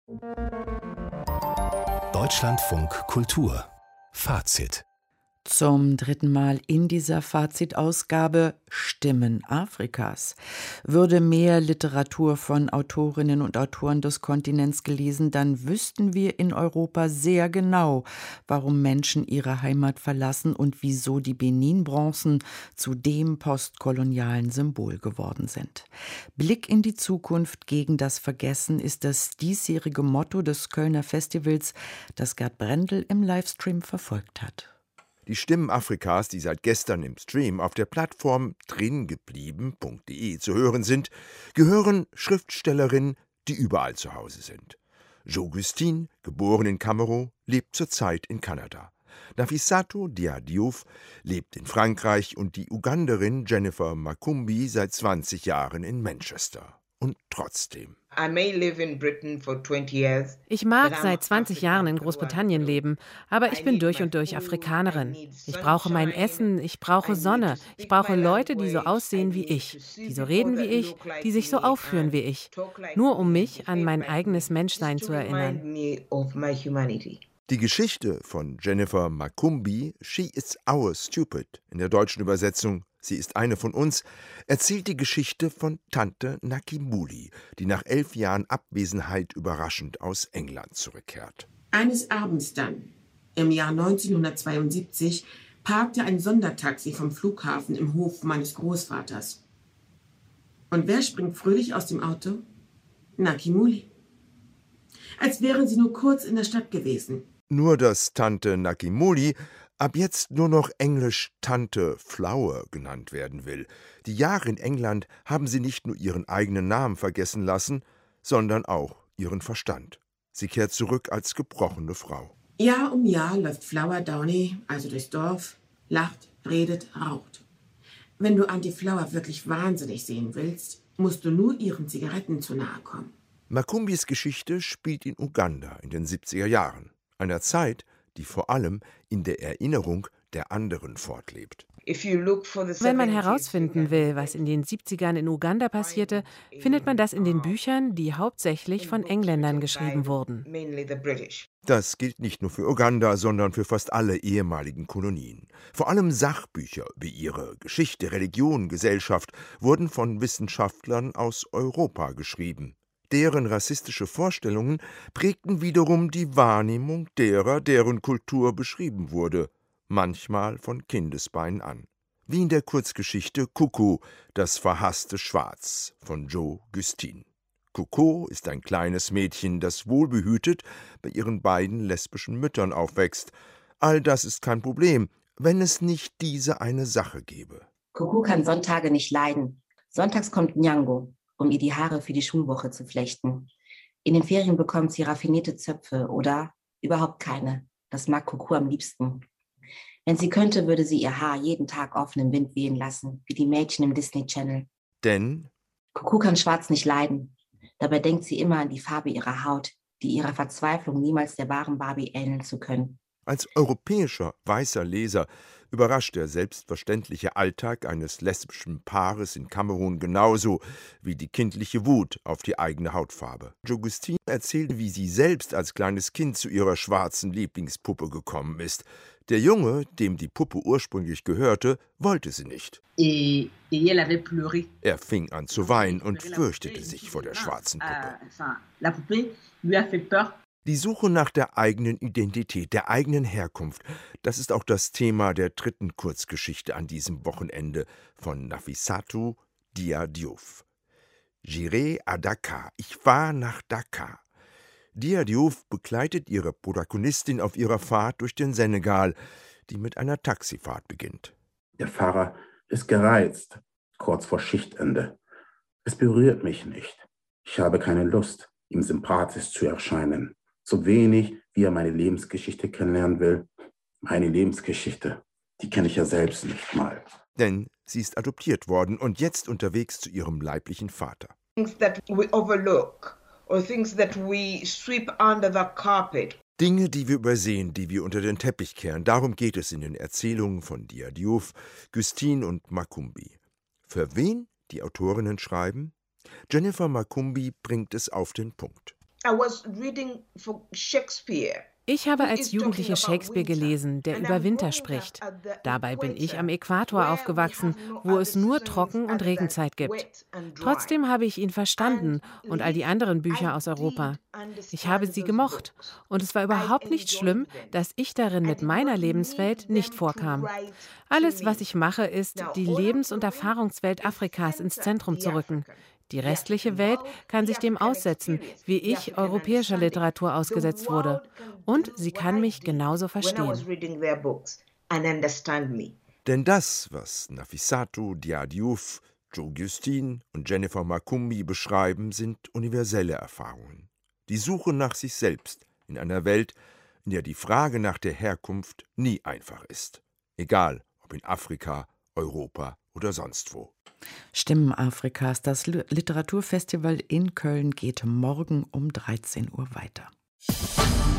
Deutschlandfunk Kultur Fazit. Zum dritten Mal in dieser Fazitausgabe Stimmen Afrikas. Würde mehr Literatur von Autorinnen und Autoren des Kontinents gelesen, dann wüssten wir in Europa sehr genau, warum Menschen ihre Heimat verlassen und wieso die Benin-Bronzen zu dem postkolonialen Symbol geworden sind. Blick in die Zukunft gegen das Vergessen ist das diesjährige Motto des Kölner Festivals, das Gerd Brendel im Livestream verfolgt hat. Die Stimmen Afrikas, die seit gestern im Stream auf der Plattform dringeblieben.de zu hören sind, gehören Schriftstellerinnen, die überall zu Hause sind. Jo Güstin, geboren in Kamerun, lebt zurzeit in Kanada. Nafissatou Dia Diouf lebt in Frankreich und die Uganderin Jennifer Makumbi seit 20 Jahren in Manchester. Und trotzdem. Ich mag seit 20 Jahren in Großbritannien leben, aber ich bin durch und durch Afrikanerin. Ich brauche mein Essen, ich brauche Sonne, ich brauche Leute, die so aussehen wie ich, die so reden wie ich, die sich so aufführen wie ich, nur um mich an mein eigenes Menschsein zu erinnern. Die Geschichte von Jennifer Makumbi, She is Our Stupid, in der deutschen Übersetzung Sie ist eine von uns, erzählt die Geschichte von Tante Nakimuli, die nach 11 Jahren Abwesenheit überraschend aus England zurückkehrt. Eines Abends dann, im Jahr 1972, parkte ein Sondertaxi vom Flughafen im Hof meines Großvaters. Und wer springt fröhlich aus dem Auto? Nakimuli. Als wäre sie nur kurz in der Stadt gewesen. Nur dass Tante Nakimuli ab jetzt nur noch englisch Tante Flower genannt werden will. Die Jahre in England haben sie nicht nur ihren eigenen Namen vergessen lassen, sondern auch ihren Verstand. Sie kehrt zurück als gebrochene Frau. Jahr um Jahr läuft Flower Downey also durchs Dorf, lacht, redet, raucht. Wenn du Auntie Flower wirklich wahnsinnig sehen willst, musst du nur ihren Zigaretten zu nahe kommen. Makumbis Geschichte spielt in Uganda in den 70er Jahren, einer Zeit, die vor allem in der Erinnerung der anderen fortlebt. Wenn man herausfinden will, was in den 70ern in Uganda passierte, findet man das in den Büchern, die hauptsächlich von Engländern geschrieben wurden. Das gilt nicht nur für Uganda, sondern für fast alle ehemaligen Kolonien. Vor allem Sachbücher über ihre Geschichte, Religion, Gesellschaft wurden von Wissenschaftlern aus Europa geschrieben. Deren rassistische Vorstellungen prägten wiederum die Wahrnehmung derer, deren Kultur beschrieben wurde, manchmal von Kindesbeinen an. Wie in der Kurzgeschichte Kuku, das verhasste Schwarz von Jo Güstin. Kuku ist ein kleines Mädchen, das wohlbehütet bei ihren beiden lesbischen Müttern aufwächst. All das ist kein Problem, wenn es nicht diese eine Sache gäbe. Kuku kann Sonntage nicht leiden. Sonntags kommt Nyango, um ihr die Haare für die Schulwoche zu flechten. In den Ferien bekommt sie raffinierte Zöpfe oder überhaupt keine. Das mag Kuku am liebsten. Wenn sie könnte, würde sie ihr Haar jeden Tag offen im Wind wehen lassen, wie die Mädchen im Disney Channel. Denn Kuku kann Schwarz nicht leiden. Dabei denkt sie immer an die Farbe ihrer Haut, die ihrer Verzweiflung, niemals der wahren Barbie ähneln zu können. als europäischer weißer Leser überrascht der selbstverständliche Alltag eines lesbischen Paares in Kamerun genauso wie die kindliche Wut auf die eigene Hautfarbe. Jo Güstin erzählt, wie sie selbst als kleines Kind zu ihrer schwarzen Lieblingspuppe gekommen ist. Der Junge, dem die Puppe ursprünglich gehörte, wollte sie nicht. Er fing an zu weinen und fürchtete sich vor der schwarzen Puppe. Die Suche nach der eigenen Identität, der eigenen Herkunft, das ist auch das Thema der dritten Kurzgeschichte an diesem Wochenende von Nafissatou Dia Diouf. J'irai à Dakar. Ich war nach Dakar. Dia Diouf begleitet ihre Protagonistin auf ihrer Fahrt durch den Senegal, die mit einer Taxifahrt beginnt. Der Fahrer ist gereizt, kurz vor Schichtende. Es berührt mich nicht. Ich habe keine Lust, ihm sympathisch zu erscheinen. So wenig, wie er meine Lebensgeschichte kennenlernen will. Meine Lebensgeschichte, die kenne ich ja selbst nicht mal. Denn sie ist adoptiert worden und jetzt unterwegs zu ihrem leiblichen Vater. Dinge, die wir übersehen, die wir unter den Teppich kehren. Darum geht es in den Erzählungen von Dia Diouf, Güstin und Makumbi. Für wen die Autorinnen schreiben? Jennifer Makumbi bringt es auf den Punkt. Ich habe als Jugendliche Shakespeare gelesen, der über Winter spricht. Dabei bin ich am Äquator aufgewachsen, wo es nur Trocken- und Regenzeit gibt. Trotzdem habe ich ihn verstanden und all die anderen Bücher aus Europa. Ich habe sie gemocht und es war überhaupt nicht schlimm, dass ich darin mit meiner Lebenswelt nicht vorkam. Alles, was ich mache, ist, die Lebens- und Erfahrungswelt Afrikas ins Zentrum zu rücken. Die restliche Welt kann sich dem aussetzen, wie ich europäischer Literatur ausgesetzt wurde. Und sie kann mich genauso verstehen. Denn das, was Nafissatou Diaw, Joe Gustin und Jennifer Makumbi beschreiben, sind universelle Erfahrungen. Die Suche nach sich selbst in einer Welt, in der die Frage nach der Herkunft nie einfach ist. Egal, ob in Afrika, Europa oder sonst wo. Stimmen Afrikas, das Literaturfestival in Köln geht morgen um 13 Uhr weiter.